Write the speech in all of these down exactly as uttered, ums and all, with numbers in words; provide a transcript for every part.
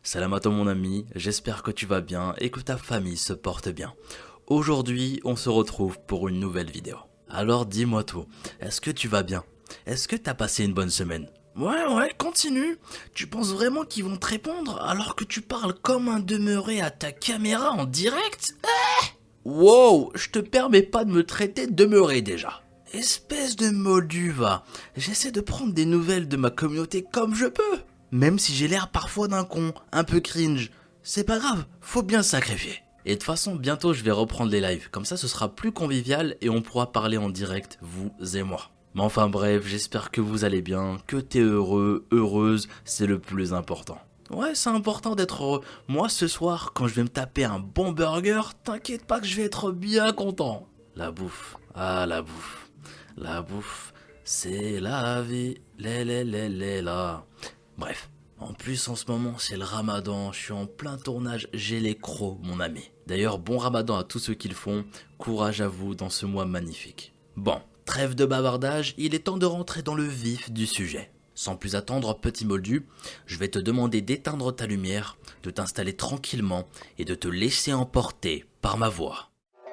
Salam à toi mon ami, j'espère que tu vas bien et que ta famille se porte bien. Aujourd'hui, on se retrouve pour une nouvelle vidéo. Alors dis-moi tout, est-ce que tu vas bien? Est-ce que t'as passé une bonne semaine? Ouais, ouais, continue. Tu penses vraiment qu'ils vont te répondre alors que tu parles comme un demeuré à ta caméra en direct? Wow, je te permets pas de me traiter de demeuré déjà. Espèce de moldu va, j'essaie de prendre des nouvelles de ma communauté comme je peux. Même si j'ai l'air parfois d'un con, un peu cringe. C'est pas grave, faut bien se sacrifier. Et de toute façon, bientôt je vais reprendre les lives, comme ça ce sera plus convivial et on pourra parler en direct, vous et moi. Mais enfin bref, j'espère que vous allez bien, que t'es heureux, heureuse, c'est le plus important. Ouais, c'est important d'être heureux. Moi, ce soir, quand je vais me taper un bon burger, t'inquiète pas que je vais être bien content. La bouffe, ah la bouffe, la bouffe, c'est la vie, lé lé lé lé la. Bref, en plus en ce moment c'est le ramadan, je suis en plein tournage, j'ai les crocs mon ami. D'ailleurs, bon ramadan à tous ceux qui le font, courage à vous dans ce mois magnifique. Bon, trêve de bavardage, il est temps de rentrer dans le vif du sujet. Sans plus attendre, petit moldu, je vais te demander d'éteindre ta lumière, de t'installer tranquillement et de te laisser emporter par ma voix.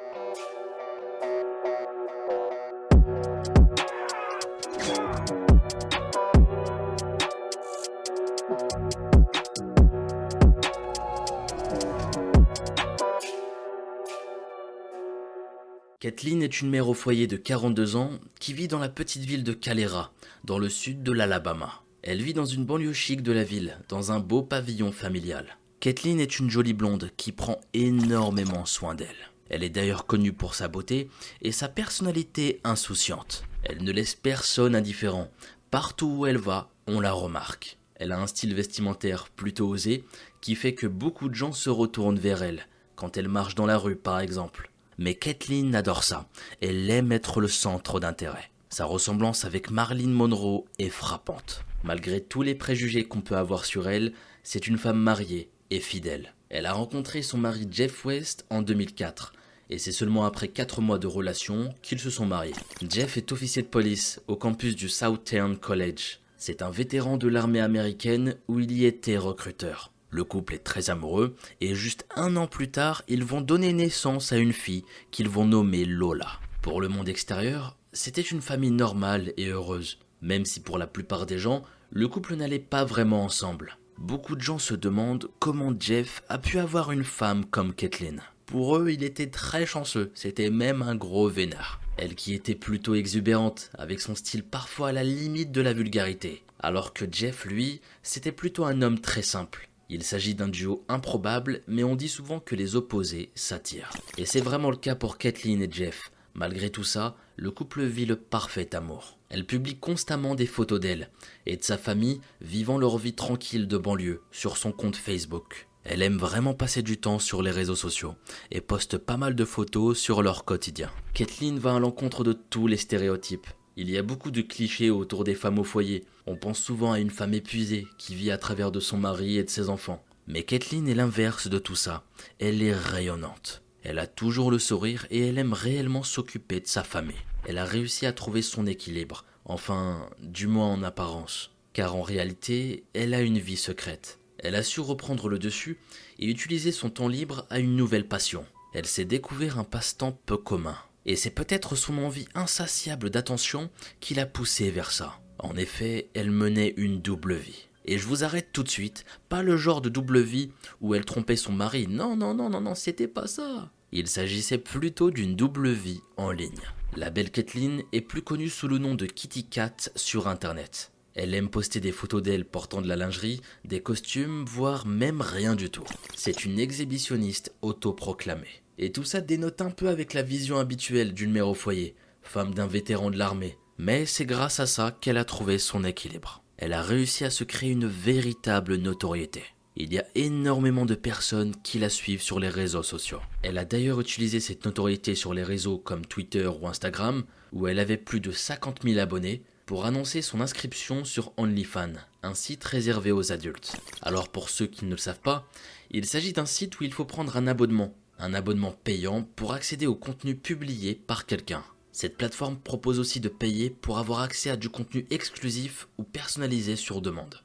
Kathleen est une mère au foyer de quarante-deux ans qui vit dans la petite ville de Calera, dans le sud de l'Alabama. Elle vit dans une banlieue chic de la ville, dans un beau pavillon familial. Kathleen est une jolie blonde qui prend énormément soin d'elle. Elle est d'ailleurs connue pour sa beauté et sa personnalité insouciante. Elle ne laisse personne indifférent. Partout où elle va, on la remarque. Elle a un style vestimentaire plutôt osé qui fait que beaucoup de gens se retournent vers elle, quand elle marche dans la rue par exemple. Mais Kathleen adore ça, elle aime être le centre d'intérêt. Sa ressemblance avec Marilyn Monroe est frappante. Malgré tous les préjugés qu'on peut avoir sur elle, c'est une femme mariée et fidèle. Elle a rencontré son mari Jeff West en deux mille quatre, et c'est seulement après quatre mois de relation qu'ils se sont mariés. Jeff est officier de police au campus du Southern College. C'est un vétéran de l'armée américaine où il y était recruteur. Le couple est très amoureux et juste un an plus tard, ils vont donner naissance à une fille qu'ils vont nommer Lola. Pour le monde extérieur, c'était une famille normale et heureuse, même si pour la plupart des gens, le couple n'allait pas vraiment ensemble. Beaucoup de gens se demandent comment Jeff a pu avoir une femme comme Kathleen. Pour eux, il était très chanceux, c'était même un gros vénard. Elle qui était plutôt exubérante, avec son style parfois à la limite de la vulgarité. Alors que Jeff, lui, c'était plutôt un homme très simple. Il s'agit d'un duo improbable, mais on dit souvent que les opposés s'attirent. Et c'est vraiment le cas pour Kathleen et Jeff. Malgré tout ça, le couple vit le parfait amour. Elle publie constamment des photos d'elle et de sa famille vivant leur vie tranquille de banlieue sur son compte Facebook. Elle aime vraiment passer du temps sur les réseaux sociaux et poste pas mal de photos sur leur quotidien. Kathleen va à l'encontre de tous les stéréotypes. Il y a beaucoup de clichés autour des femmes au foyer. On pense souvent à une femme épuisée qui vit à travers de son mari et de ses enfants. Mais Kathleen est l'inverse de tout ça. Elle est rayonnante. Elle a toujours le sourire et elle aime réellement s'occuper de sa famille. Elle a réussi à trouver son équilibre, enfin, du moins en apparence. Car en réalité, elle a une vie secrète. Elle a su reprendre le dessus et utiliser son temps libre à une nouvelle passion. Elle s'est découvert un passe-temps peu commun. Et c'est peut-être son envie insatiable d'attention qui l'a poussée vers ça. En effet, elle menait une double vie. Et je vous arrête tout de suite, pas le genre de double vie où elle trompait son mari, non, non, non, non, non, c'était pas ça. Il s'agissait plutôt d'une double vie en ligne. La belle Kathleen est plus connue sous le nom de Kitty Cat sur internet. Elle aime poster des photos d'elle portant de la lingerie, des costumes, voire même rien du tout. C'est une exhibitionniste autoproclamée. Et tout ça dénote un peu avec la vision habituelle d'une mère au foyer, femme d'un vétéran de l'armée. Mais c'est grâce à ça qu'elle a trouvé son équilibre. Elle a réussi à se créer une véritable notoriété. Il y a énormément de personnes qui la suivent sur les réseaux sociaux. Elle a d'ailleurs utilisé cette notoriété sur les réseaux comme Twitter ou Instagram, où elle avait plus de cinquante mille abonnés, pour annoncer son inscription sur OnlyFans, un site réservé aux adultes. Alors pour ceux qui ne le savent pas, il s'agit d'un site où il faut prendre un abonnement. Un abonnement payant pour accéder au contenu publié par quelqu'un. Cette plateforme propose aussi de payer pour avoir accès à du contenu exclusif ou personnalisé sur demande.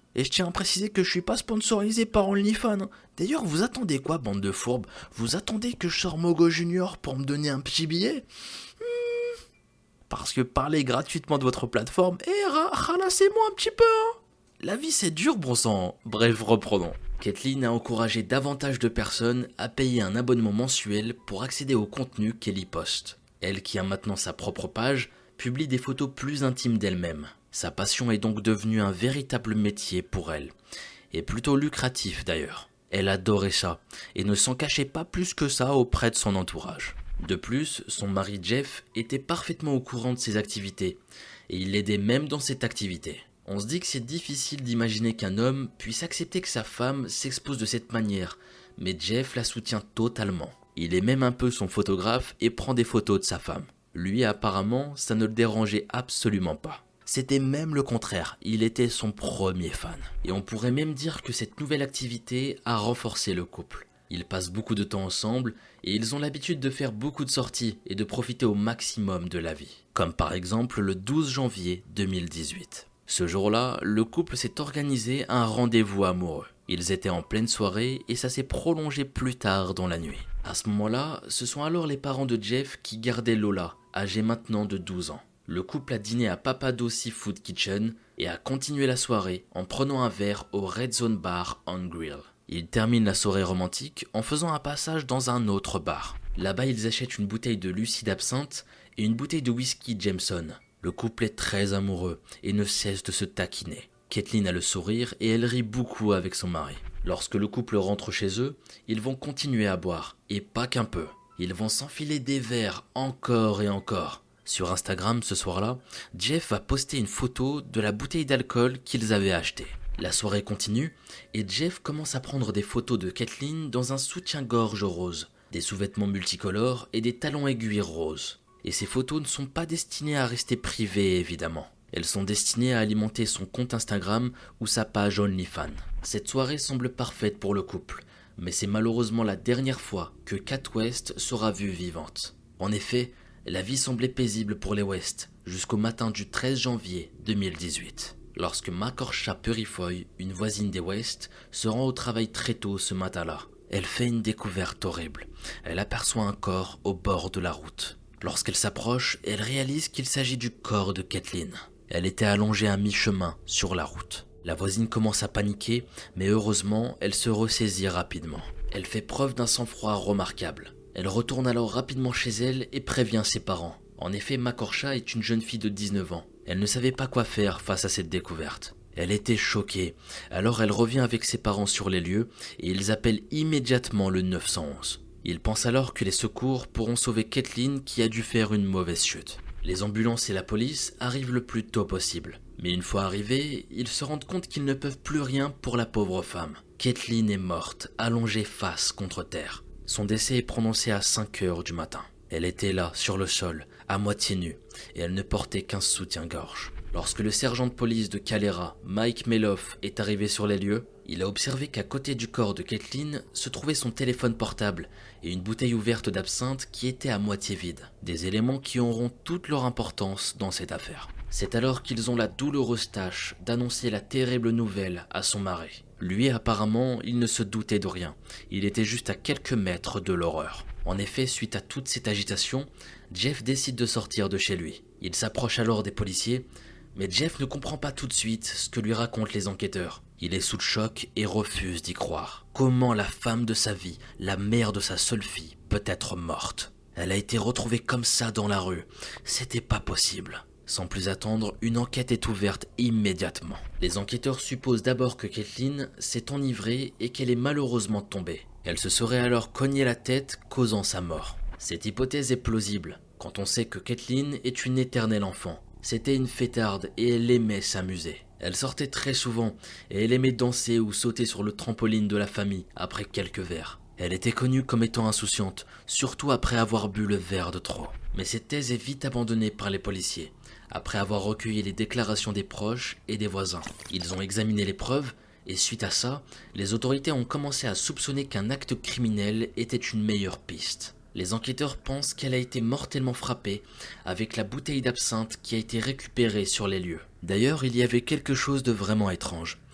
Et je tiens à préciser que je suis pas sponsorisé par OnlyFans. D'ailleurs, vous attendez quoi, bande de fourbes? Vous attendez que je sors Mogo Junior pour me donner un petit billet? Hmm. Parce que parlez gratuitement de votre plateforme, et ra ralassez-moi un petit peu, hein. La vie c'est dur, bon sang. Bref, reprenons. Kathleen a encouragé davantage de personnes à payer un abonnement mensuel pour accéder au contenu qu'elle y poste. Elle, qui a maintenant sa propre page, publie des photos plus intimes d'elle-même. Sa passion est donc devenue un véritable métier pour elle, et plutôt lucratif d'ailleurs. Elle adorait ça, et ne s'en cachait pas plus que ça auprès de son entourage. De plus, son mari Jeff était parfaitement au courant de ses activités, et il l'aidait même dans cette activité. On se dit que c'est difficile d'imaginer qu'un homme puisse accepter que sa femme s'expose de cette manière, mais Jeff la soutient totalement. Il est même un peu son photographe et prend des photos de sa femme. Lui, apparemment, ça ne le dérangeait absolument pas. C'était même le contraire, il était son premier fan. Et on pourrait même dire que cette nouvelle activité a renforcé le couple. Ils passent beaucoup de temps ensemble et ils ont l'habitude de faire beaucoup de sorties et de profiter au maximum de la vie. Comme par exemple le douze janvier deux mille dix-huit. Ce jour-là, le couple s'est organisé à un rendez-vous amoureux. Ils étaient en pleine soirée et ça s'est prolongé plus tard dans la nuit. À ce moment-là, ce sont alors les parents de Jeff qui gardaient Lola, âgée maintenant de douze ans. Le couple a dîné à Papado Seafood Kitchen et a continué la soirée en prenant un verre au Red Zone Bar and Grill. Ils terminent la soirée romantique en faisant un passage dans un autre bar. Là-bas, ils achètent une bouteille de lucide absinthe et une bouteille de whisky Jameson. Le couple est très amoureux et ne cesse de se taquiner. Kathleen a le sourire et elle rit beaucoup avec son mari. Lorsque le couple rentre chez eux, ils vont continuer à boire, et pas qu'un peu. Ils vont s'enfiler des verres encore et encore. Sur Instagram ce soir-là, Jeff va poster une photo de la bouteille d'alcool qu'ils avaient achetée. La soirée continue et Jeff commence à prendre des photos de Kathleen dans un soutien-gorge rose, des sous-vêtements multicolores et des talons aiguilles roses. Et ces photos ne sont pas destinées à rester privées évidemment. Elles sont destinées à alimenter son compte Instagram ou sa page OnlyFans. Cette soirée semble parfaite pour le couple, mais c'est malheureusement la dernière fois que Kat West sera vue vivante. En effet, la vie semblait paisible pour les West jusqu'au matin du treize janvier deux mille dix-huit. Lorsque Makorsha Purifoy, une voisine des West, se rend au travail très tôt ce matin-là. Elle fait une découverte horrible. Elle aperçoit un corps au bord de la route. Lorsqu'elle s'approche, elle réalise qu'il s'agit du corps de Kathleen. Elle était allongée à mi-chemin sur la route. La voisine commence à paniquer, mais heureusement, elle se ressaisit rapidement. Elle fait preuve d'un sang-froid remarquable. Elle retourne alors rapidement chez elle et prévient ses parents. En effet, Makorsha est une jeune fille de dix-neuf ans. Elle ne savait pas quoi faire face à cette découverte. Elle était choquée, alors elle revient avec ses parents sur les lieux et ils appellent immédiatement le neuf cent onze. Ils pensent alors que les secours pourront sauver Kathleen qui a dû faire une mauvaise chute. Les ambulances et la police arrivent le plus tôt possible. Mais une fois arrivés, ils se rendent compte qu'ils ne peuvent plus rien pour la pauvre femme. Kathleen est morte, allongée face contre terre. Son décès est prononcé à cinq heures du matin. Elle était là, sur le sol, à moitié nue, et elle ne portait qu'un soutien-gorge. Lorsque le sergent de police de Calera, Mike Meloff, est arrivé sur les lieux, il a observé qu'à côté du corps de Kathleen se trouvait son téléphone portable et une bouteille ouverte d'absinthe qui était à moitié vide. Des éléments qui auront toute leur importance dans cette affaire. C'est alors qu'ils ont la douloureuse tâche d'annoncer la terrible nouvelle à son mari. Lui, apparemment, il ne se doutait de rien. Il était juste à quelques mètres de l'horreur. En effet, suite à toute cette agitation, Jeff décide de sortir de chez lui. Il s'approche alors des policiers, mais Jeff ne comprend pas tout de suite ce que lui racontent les enquêteurs. Il est sous le choc et refuse d'y croire. Comment la femme de sa vie, la mère de sa seule fille, peut être morte? Elle a été retrouvée comme ça dans la rue. C'était pas possible. Sans plus attendre, une enquête est ouverte immédiatement. Les enquêteurs supposent d'abord que Kathleen s'est enivrée et qu'elle est malheureusement tombée. Elle se serait alors cognée la tête, causant sa mort. Cette hypothèse est plausible, quand on sait que Kathleen est une éternelle enfant. C'était une fêtarde et elle aimait s'amuser. Elle sortait très souvent et elle aimait danser ou sauter sur le trampoline de la famille après quelques verres. Elle était connue comme étant insouciante, surtout après avoir bu le verre de trop. Mais cette thèse est vite abandonnée par les policiers, après avoir recueilli les déclarations des proches et des voisins. Ils ont examiné les preuves et suite à ça, les autorités ont commencé à soupçonner qu'un acte criminel était une meilleure piste. Les enquêteurs pensent qu'elle a été mortellement frappée avec la bouteille d'absinthe qui a été récupérée sur les lieux. D'ailleurs, il y avait quelque chose de vraiment étrange.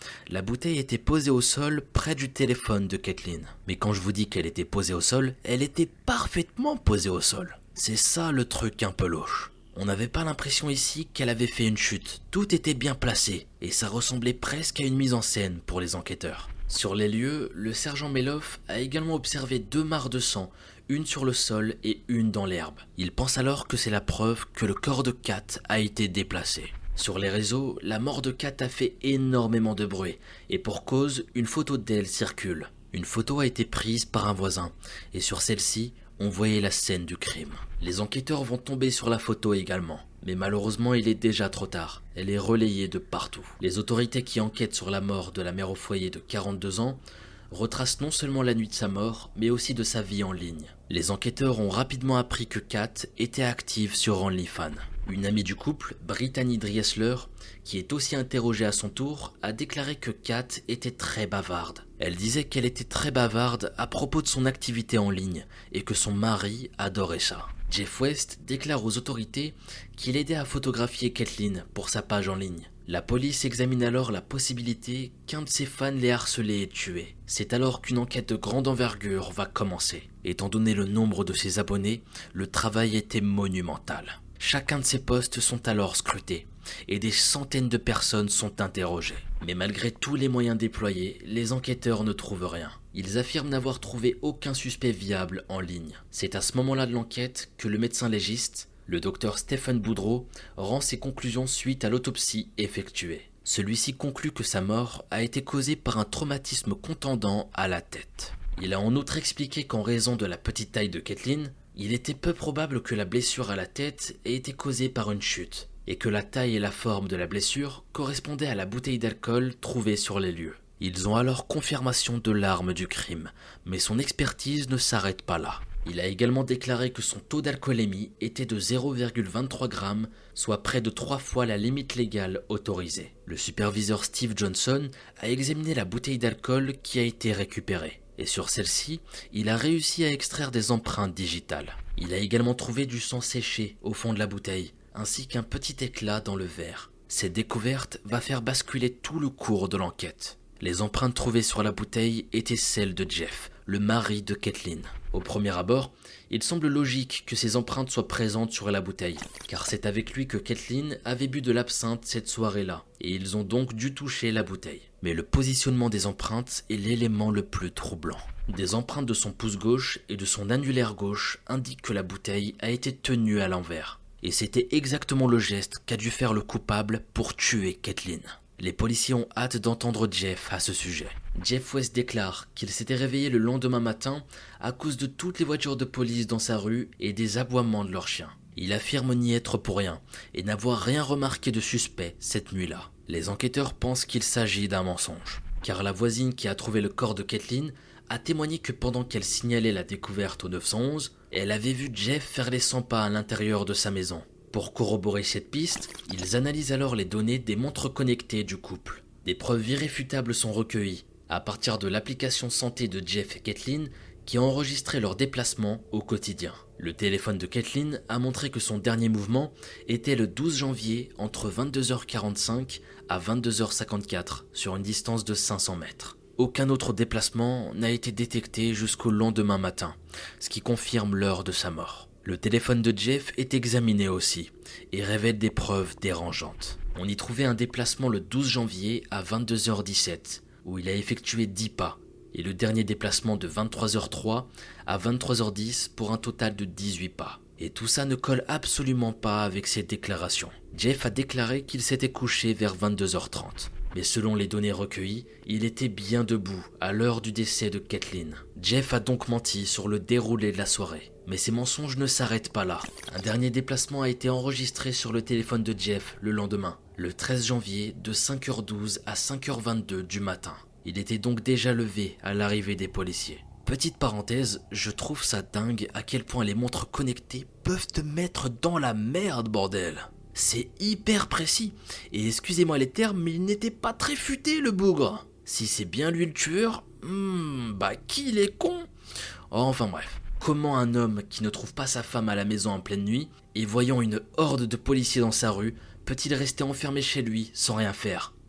la bouteille était posée au sol près du téléphone de Kathleen. Mais quand je vous dis qu'elle était posée au sol, elle était parfaitement posée au sol. C'est ça le truc un peu louche. On n'avait pas l'impression ici qu'elle avait fait une chute. Tout était bien placé et ça ressemblait presque à une mise en scène pour les enquêteurs. Sur les lieux, le sergent Meloff a également observé deux mares de sang, une sur le sol et une dans l'herbe. Il pense alors que c'est la preuve que le corps de Kat a été déplacé. Sur les réseaux, la mort de Kat a fait énormément de bruit et pour cause, une photo d'elle circule. Une photo a été prise par un voisin et sur celle-ci, on voyait la scène du crime. Les enquêteurs vont tomber sur la photo également. Mais malheureusement, il est déjà trop tard. Elle est relayée de partout. Les autorités qui enquêtent sur la mort de la mère au foyer de quarante-deux ans retracent non seulement la nuit de sa mort, mais aussi de sa vie en ligne. Les enquêteurs ont rapidement appris que Kat était active sur OnlyFans. Une amie du couple, Brittany Driesler, qui est aussi interrogée à son tour, a déclaré que Kat était très bavarde. Elle disait qu'elle était très bavarde à propos de son activité en ligne et que son mari adorait ça. Jeff West déclare aux autorités qu'il aidait à photographier Kathleen pour sa page en ligne. La police examine alors la possibilité qu'un de ses fans l'ait harcelé et tué. C'est alors qu'une enquête de grande envergure va commencer. Étant donné le nombre de ses abonnés, le travail était monumental. Chacun de ces postes sont alors scrutés et des centaines de personnes sont interrogées. Mais malgré tous les moyens déployés, les enquêteurs ne trouvent rien. Ils affirment n'avoir trouvé aucun suspect viable en ligne. C'est à ce moment-là de l'enquête que le médecin légiste, le docteur Stephen Boudreau, rend ses conclusions suite à l'autopsie effectuée. Celui-ci conclut que sa mort a été causée par un traumatisme contendant à la tête. Il a en outre expliqué qu'en raison de la petite taille de Kathleen, il était peu probable que la blessure à la tête ait été causée par une chute, et que la taille et la forme de la blessure correspondaient à la bouteille d'alcool trouvée sur les lieux. Ils ont alors confirmation de l'arme du crime, mais son expertise ne s'arrête pas là. Il a également déclaré que son taux d'alcoolémie était de zéro virgule vingt-trois grammes, soit près de trois fois la limite légale autorisée. Le superviseur Steve Johnson a examiné la bouteille d'alcool qui a été récupérée. Et sur celle-ci, il a réussi à extraire des empreintes digitales. Il a également trouvé du sang séché au fond de la bouteille, ainsi qu'un petit éclat dans le verre. Cette découverte va faire basculer tout le cours de l'enquête. Les empreintes trouvées sur la bouteille étaient celles de Jeff, le mari de Kathleen. Au premier abord, il semble logique que ces empreintes soient présentes sur la bouteille, car c'est avec lui que Kathleen avait bu de l'absinthe cette soirée-là, et ils ont donc dû toucher la bouteille. Mais le positionnement des empreintes est l'élément le plus troublant. Des empreintes de son pouce gauche et de son annulaire gauche indiquent que la bouteille a été tenue à l'envers. Et c'était exactement le geste qu'a dû faire le coupable pour tuer Kathleen. Les policiers ont hâte d'entendre Jeff à ce sujet. Jeff West déclare qu'il s'était réveillé le lendemain matin à cause de toutes les voitures de police dans sa rue et des aboiements de leurs chiens. Il affirme n'y être pour rien et n'avoir rien remarqué de suspect cette nuit-là. Les enquêteurs pensent qu'il s'agit d'un mensonge, car la voisine qui a trouvé le corps de Kathleen a témoigné que pendant qu'elle signalait la découverte au neuf cent onze, elle avait vu Jeff faire les cent pas à l'intérieur de sa maison. Pour corroborer cette piste, ils analysent alors les données des montres connectées du couple. Des preuves irréfutables sont recueillies à partir de l'application santé de Jeff et Kathleen qui a enregistré leurs déplacements au quotidien. Le téléphone de Kathleen a montré que son dernier mouvement était le douze janvier entre vingt-deux heures quarante-cinq à vingt-deux heures cinquante-quatre sur une distance de cinq cents mètres. Aucun autre déplacement n'a été détecté jusqu'au lendemain matin, ce qui confirme l'heure de sa mort. Le téléphone de Jeff est examiné aussi et révèle des preuves dérangeantes. On y trouvait un déplacement le douze janvier à vingt-deux heures dix-sept où il a effectué dix pas et le dernier déplacement de vingt-trois heures trois à vingt-trois heures dix pour un total de dix-huit pas. Et tout ça ne colle absolument pas avec ses déclarations. Jeff a déclaré qu'il s'était couché vers vingt-deux heures trente. Mais selon les données recueillies, il était bien debout à l'heure du décès de Kathleen. Jeff a donc menti sur le déroulé de la soirée. Mais ces mensonges ne s'arrêtent pas là. Un dernier déplacement a été enregistré sur le téléphone de Jeff le lendemain, le treize janvier de cinq heures douze à cinq heures vingt-deux du matin. Il était donc déjà levé à l'arrivée des policiers. Petite parenthèse, je trouve ça dingue à quel point les montres connectées peuvent te mettre dans la merde, bordel. C'est hyper précis, et excusez-moi les termes, mais il n'était pas très futé le bougre. Si c'est bien lui le tueur, hmm, bah qui il est con. Oh, enfin bref, comment un homme qui ne trouve pas sa femme à la maison en pleine nuit, et voyant une horde de policiers dans sa rue, peut-il rester enfermé chez lui sans rien faire?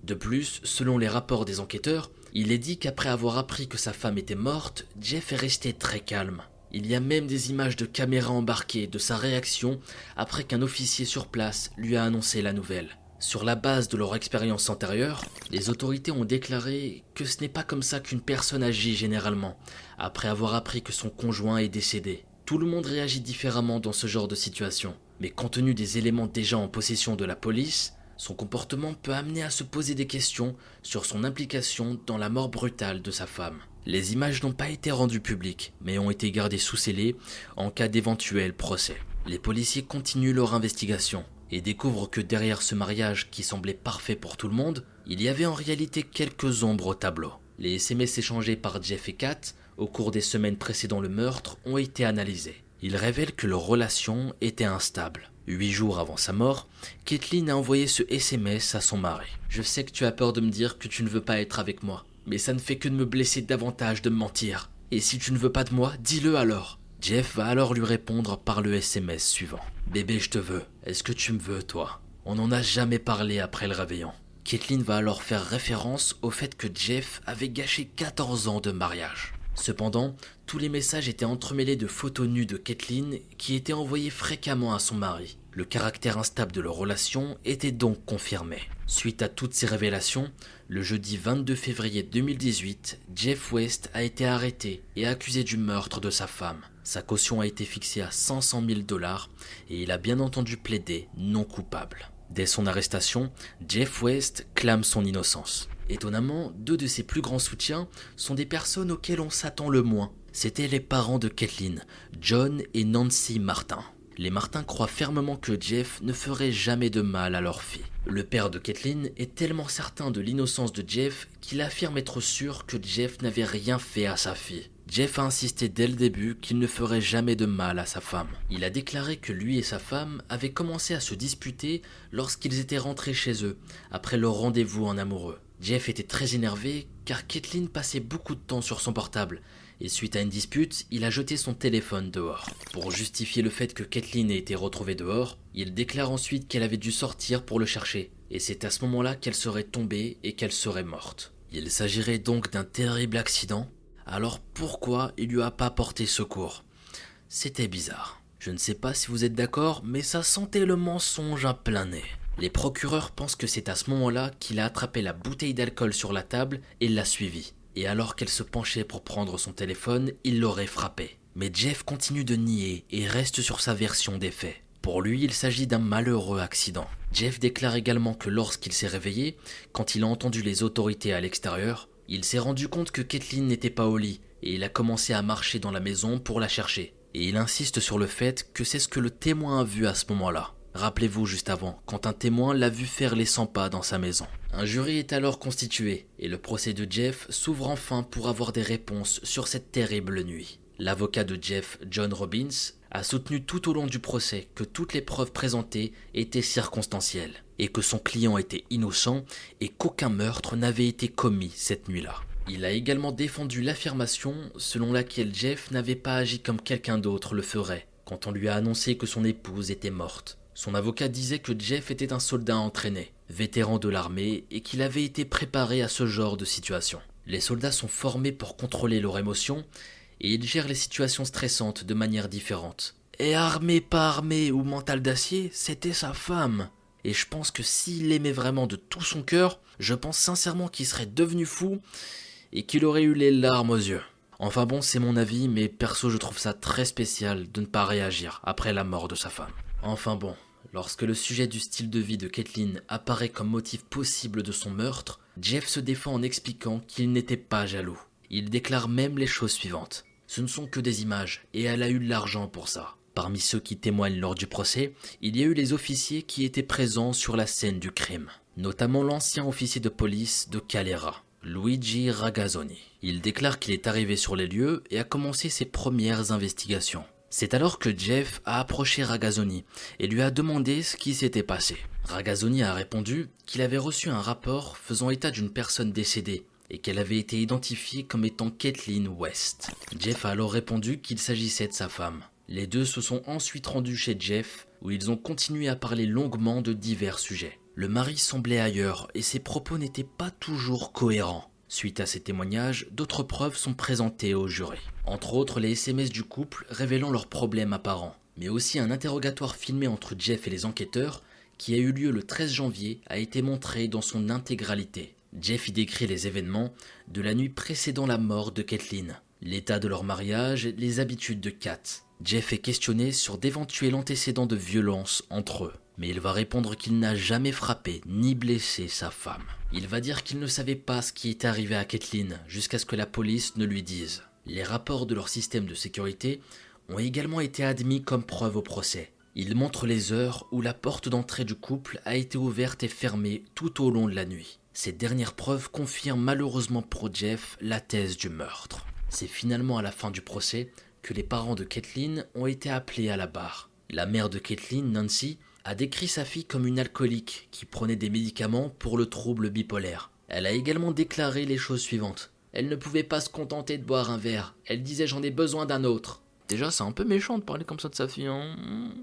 De plus, selon les rapports des enquêteurs, il est dit qu'après avoir appris que sa femme était morte, Jeff est resté très calme. Il y a même des images de caméra embarquées de sa réaction après qu'un officier sur place lui a annoncé la nouvelle. Sur la base de leur expérience antérieure, les autorités ont déclaré que ce n'est pas comme ça qu'une personne agit généralement, après avoir appris que son conjoint est décédé. Tout le monde réagit différemment dans ce genre de situation, mais compte tenu des éléments déjà en possession de la police, son comportement peut amener à se poser des questions sur son implication dans la mort brutale de sa femme. Les images n'ont pas été rendues publiques, mais ont été gardées sous scellé en cas d'éventuel procès. Les policiers continuent leur investigation et découvrent que derrière ce mariage qui semblait parfait pour tout le monde, il y avait en réalité quelques ombres au tableau. Les S M S échangés par Jeff et Kat au cours des semaines précédant le meurtre ont été analysés. Ils révèlent que leur relation était instable. Huit jours avant sa mort, Kathleen a envoyé ce S M S à son mari. « Je sais que tu as peur de me dire que tu ne veux pas être avec moi, mais ça ne fait que de me blesser davantage de me mentir. Et si tu ne veux pas de moi, dis-le alors. » Jeff va alors lui répondre par le S M S suivant. « Bébé, je te veux. Est-ce que tu me veux, toi ? On n'en a jamais parlé après le réveillon. » Kathleen va alors faire référence au fait que Jeff avait gâché quatorze ans de mariage. Cependant, tous les messages étaient entremêlés de photos nues de Kathleen qui étaient envoyées fréquemment à son mari. Le caractère instable de leur relation était donc confirmé. Suite à toutes ces révélations, le jeudi vingt-deux février deux mille dix-huit, Jeff West a été arrêté et accusé du meurtre de sa femme. Sa caution a été fixée à cinq cent mille dollars et il a bien entendu plaidé non coupable. Dès son arrestation, Jeff West clame son innocence. Étonnamment, deux de ses plus grands soutiens sont des personnes auxquelles on s'attend le moins. C'étaient les parents de Kathleen, John et Nancy Martin. Les Martin croient fermement que Jeff ne ferait jamais de mal à leur fille. Le père de Kathleen est tellement certain de l'innocence de Jeff qu'il affirme être sûr que Jeff n'avait rien fait à sa fille. Jeff a insisté dès le début qu'il ne ferait jamais de mal à sa femme. Il a déclaré que lui et sa femme avaient commencé à se disputer lorsqu'ils étaient rentrés chez eux, après leur rendez-vous en amoureux. Jeff était très énervé car Kathleen passait beaucoup de temps sur son portable et suite à une dispute, il a jeté son téléphone dehors. Pour justifier le fait que Kathleen ait été retrouvée dehors, il déclare ensuite qu'elle avait dû sortir pour le chercher et c'est à ce moment-là qu'elle serait tombée et qu'elle serait morte. Il s'agirait donc d'un terrible accident. Alors pourquoi il lui a pas porté secours? C'était bizarre. Je ne sais pas si vous êtes d'accord, mais ça sentait le mensonge à plein nez. Les procureurs pensent que c'est à ce moment-là qu'il a attrapé la bouteille d'alcool sur la table et l'a suivie. Et alors qu'elle se penchait pour prendre son téléphone, il l'aurait frappée. Mais Jeff continue de nier et reste sur sa version des faits. Pour lui, il s'agit d'un malheureux accident. Jeff déclare également que lorsqu'il s'est réveillé, quand il a entendu les autorités à l'extérieur, il s'est rendu compte que Kathleen n'était pas au lit et il a commencé à marcher dans la maison pour la chercher. Et il insiste sur le fait que c'est ce que le témoin a vu à ce moment-là. Rappelez-vous juste avant, quand un témoin l'a vu faire les cent pas dans sa maison. Un jury est alors constitué et le procès de Jeff s'ouvre enfin pour avoir des réponses sur cette terrible nuit. L'avocat de Jeff, John Robbins, a soutenu tout au long du procès que toutes les preuves présentées étaient circonstancielles et que son client était innocent et qu'aucun meurtre n'avait été commis cette nuit-là. Il a également défendu l'affirmation selon laquelle Jeff n'avait pas agi comme quelqu'un d'autre le ferait quand on lui a annoncé que son épouse était morte. Son avocat disait que Jeff était un soldat entraîné, vétéran de l'armée et qu'il avait été préparé à ce genre de situation. Les soldats sont formés pour contrôler leurs émotions et ils gèrent les situations stressantes de manière différente. Et armé pas armé ou mental d'acier, c'était sa femme. Et je pense que s'il l'aimait vraiment de tout son cœur, je pense sincèrement qu'il serait devenu fou et qu'il aurait eu les larmes aux yeux. Enfin bon, c'est mon avis, mais perso je trouve ça très spécial de ne pas réagir après la mort de sa femme. Enfin bon, lorsque le sujet du style de vie de Kathleen apparaît comme motif possible de son meurtre, Jeff se défend en expliquant qu'il n'était pas jaloux. Il déclare même les choses suivantes. Ce ne sont que des images, et elle a eu de l'argent pour ça. Parmi ceux qui témoignent lors du procès, il y a eu les officiers qui étaient présents sur la scène du crime, notamment l'ancien officier de police de Calera, Luigi Ragazzoni. Il déclare qu'il est arrivé sur les lieux et a commencé ses premières investigations. C'est alors que Jeff a approché Ragazzoni et lui a demandé ce qui s'était passé. Ragazzoni a répondu qu'il avait reçu un rapport faisant état d'une personne décédée et qu'elle avait été identifiée comme étant Kathleen West. Jeff a alors répondu qu'il s'agissait de sa femme. Les deux se sont ensuite rendus chez Jeff où ils ont continué à parler longuement de divers sujets. Le mari semblait ailleurs et ses propos n'étaient pas toujours cohérents. Suite à ces témoignages, d'autres preuves sont présentées au jury. Entre autres, les S M S du couple révélant leurs problèmes apparents, mais aussi un interrogatoire filmé entre Jeff et les enquêteurs qui a eu lieu le treize janvier a été montré dans son intégralité. Jeff y décrit les événements de la nuit précédant la mort de Kathleen, l'état de leur mariage et les habitudes de Kat. Jeff est questionné sur d'éventuels antécédents de violence entre eux, mais il va répondre qu'il n'a jamais frappé ni blessé sa femme. Il va dire qu'il ne savait pas ce qui était arrivé à Kathleen jusqu'à ce que la police ne lui dise. Les rapports de leur système de sécurité ont également été admis comme preuve au procès. Ils montrent les heures où la porte d'entrée du couple a été ouverte et fermée tout au long de la nuit. Ces dernières preuves confirment malheureusement pour Jeff la thèse du meurtre. C'est finalement à la fin du procès que les parents de Kathleen ont été appelés à la barre. La mère de Kathleen, Nancy, a décrit sa fille comme une alcoolique qui prenait des médicaments pour le trouble bipolaire. Elle a également déclaré les choses suivantes. Elle ne pouvait pas se contenter de boire un verre. Elle disait « j'en ai besoin d'un autre ». Déjà, c'est un peu méchant de parler comme ça de sa fille, hein.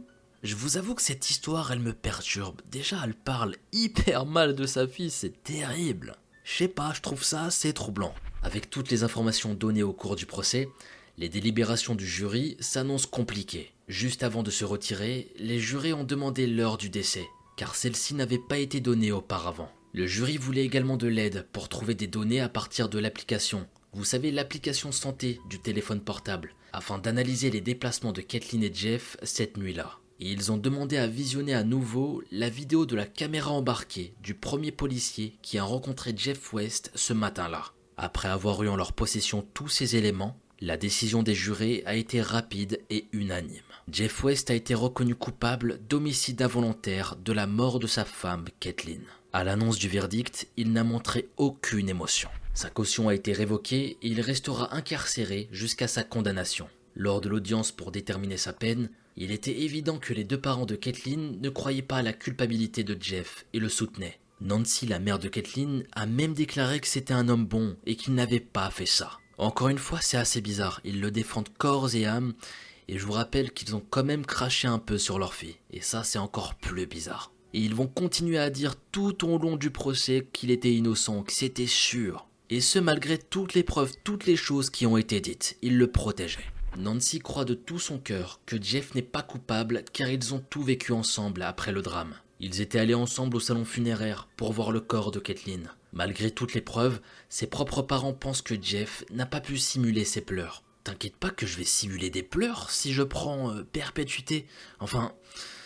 Je vous avoue que cette histoire, elle me perturbe. Déjà, elle parle hyper mal de sa fille, c'est terrible. Je sais pas, je trouve ça assez troublant. Avec toutes les informations données au cours du procès, les délibérations du jury s'annoncent compliquées. Juste avant de se retirer, les jurés ont demandé l'heure du décès, car celle-ci n'avait pas été donnée auparavant. Le jury voulait également de l'aide pour trouver des données à partir de l'application. Vous savez, l'application santé du téléphone portable, afin d'analyser les déplacements de Kathleen et Jeff cette nuit-là. Et ils ont demandé à visionner à nouveau la vidéo de la caméra embarquée du premier policier qui a rencontré Jeff West ce matin-là. Après avoir eu en leur possession tous ces éléments, la décision des jurés a été rapide et unanime. Jeff West a été reconnu coupable d'homicide involontaire de la mort de sa femme Kathleen. À l'annonce du verdict, il n'a montré aucune émotion. Sa caution a été révoquée et il restera incarcéré jusqu'à sa condamnation. Lors de l'audience pour déterminer sa peine, il était évident que les deux parents de Kathleen ne croyaient pas à la culpabilité de Jeff et le soutenaient. Nancy, la mère de Kathleen, a même déclaré que c'était un homme bon et qu'il n'avait pas fait ça. Encore une fois, c'est assez bizarre, ils le défendent corps et âme, et je vous rappelle qu'ils ont quand même craché un peu sur leur fille, et ça c'est encore plus bizarre. Et ils vont continuer à dire tout au long du procès qu'il était innocent, que c'était sûr. Et ce malgré toutes les preuves, toutes les choses qui ont été dites, ils le protégeaient. Nancy croit de tout son cœur que Jeff n'est pas coupable car ils ont tout vécu ensemble après le drame. Ils étaient allés ensemble au salon funéraire pour voir le corps de Kathleen. Malgré toutes les preuves, ses propres parents pensent que Jeff n'a pas pu simuler ses pleurs. T'inquiète pas que je vais simuler des pleurs si je prends euh, perpétuité. Enfin...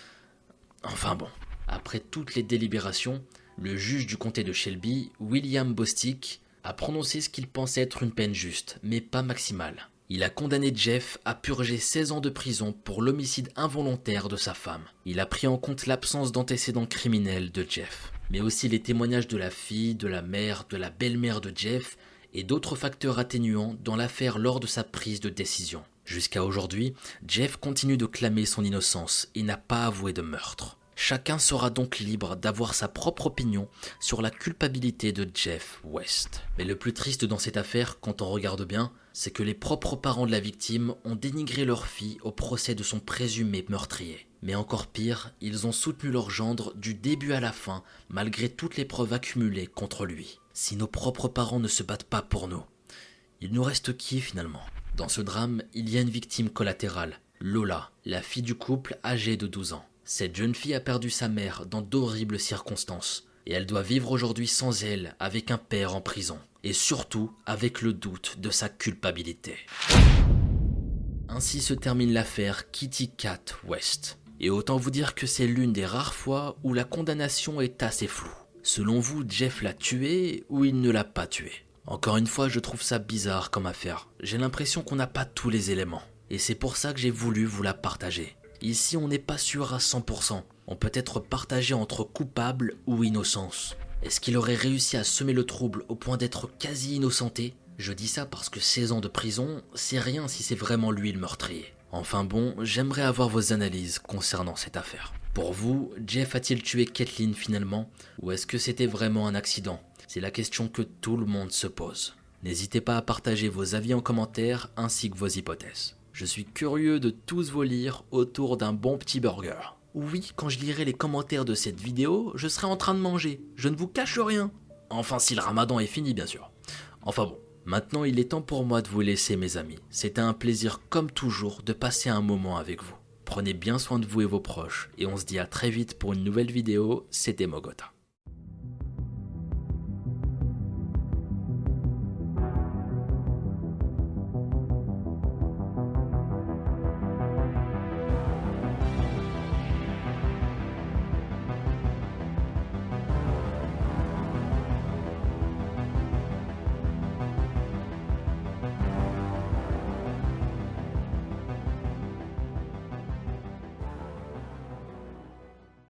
Enfin bon. Après toutes les délibérations, le juge du comté de Shelby, William Bostick, a prononcé ce qu'il pensait être une peine juste, mais pas maximale. Il a condamné Jeff à purger seize ans de prison pour l'homicide involontaire de sa femme. Il a pris en compte l'absence d'antécédents criminels de Jeff, mais aussi les témoignages de la fille, de la mère, de la belle-mère de Jeff et d'autres facteurs atténuants dans l'affaire lors de sa prise de décision. Jusqu'à aujourd'hui, Jeff continue de clamer son innocence et n'a pas avoué de meurtre. Chacun sera donc libre d'avoir sa propre opinion sur la culpabilité de Jeff West. Mais le plus triste dans cette affaire, quand on regarde bien, c'est que les propres parents de la victime ont dénigré leur fille au procès de son présumé meurtrier. Mais encore pire, ils ont soutenu leur gendre du début à la fin, malgré toutes les preuves accumulées contre lui. Si nos propres parents ne se battent pas pour nous, il nous reste qui finalement? Dans ce drame, il y a une victime collatérale, Lola, la fille du couple âgée de douze ans. Cette jeune fille a perdu sa mère dans d'horribles circonstances et elle doit vivre aujourd'hui sans elle avec un père en prison et surtout avec le doute de sa culpabilité. Ainsi se termine l'affaire Kitty Cat West. Et autant vous dire que c'est l'une des rares fois où la condamnation est assez floue. Selon vous, Jeff l'a tué ou il ne l'a pas tué? Encore une fois, je trouve ça bizarre comme affaire. J'ai l'impression qu'on n'a pas tous les éléments. Et c'est pour ça que j'ai voulu vous la partager. Ici, on n'est pas sûr à cent pour cent. On peut être partagé entre coupable ou innocence. Est-ce qu'il aurait réussi à semer le trouble au point d'être quasi innocenté? Je dis ça parce que seize ans de prison, c'est rien si c'est vraiment lui le meurtrier. Enfin bon, j'aimerais avoir vos analyses concernant cette affaire. Pour vous, Jeff a-t-il tué Kathleen finalement? Ou est-ce que c'était vraiment un accident? C'est la question que tout le monde se pose. N'hésitez pas à partager vos avis en commentaire ainsi que vos hypothèses. Je suis curieux de tous vos lire autour d'un bon petit burger. Oui, quand je lirai les commentaires de cette vidéo, je serai en train de manger. Je ne vous cache rien. Enfin, si le ramadan est fini, bien sûr. Enfin bon, maintenant il est temps pour moi de vous laisser, mes amis. C'était un plaisir, comme toujours, de passer un moment avec vous. Prenez bien soin de vous et vos proches, et on se dit à très vite pour une nouvelle vidéo. C'était Mogota.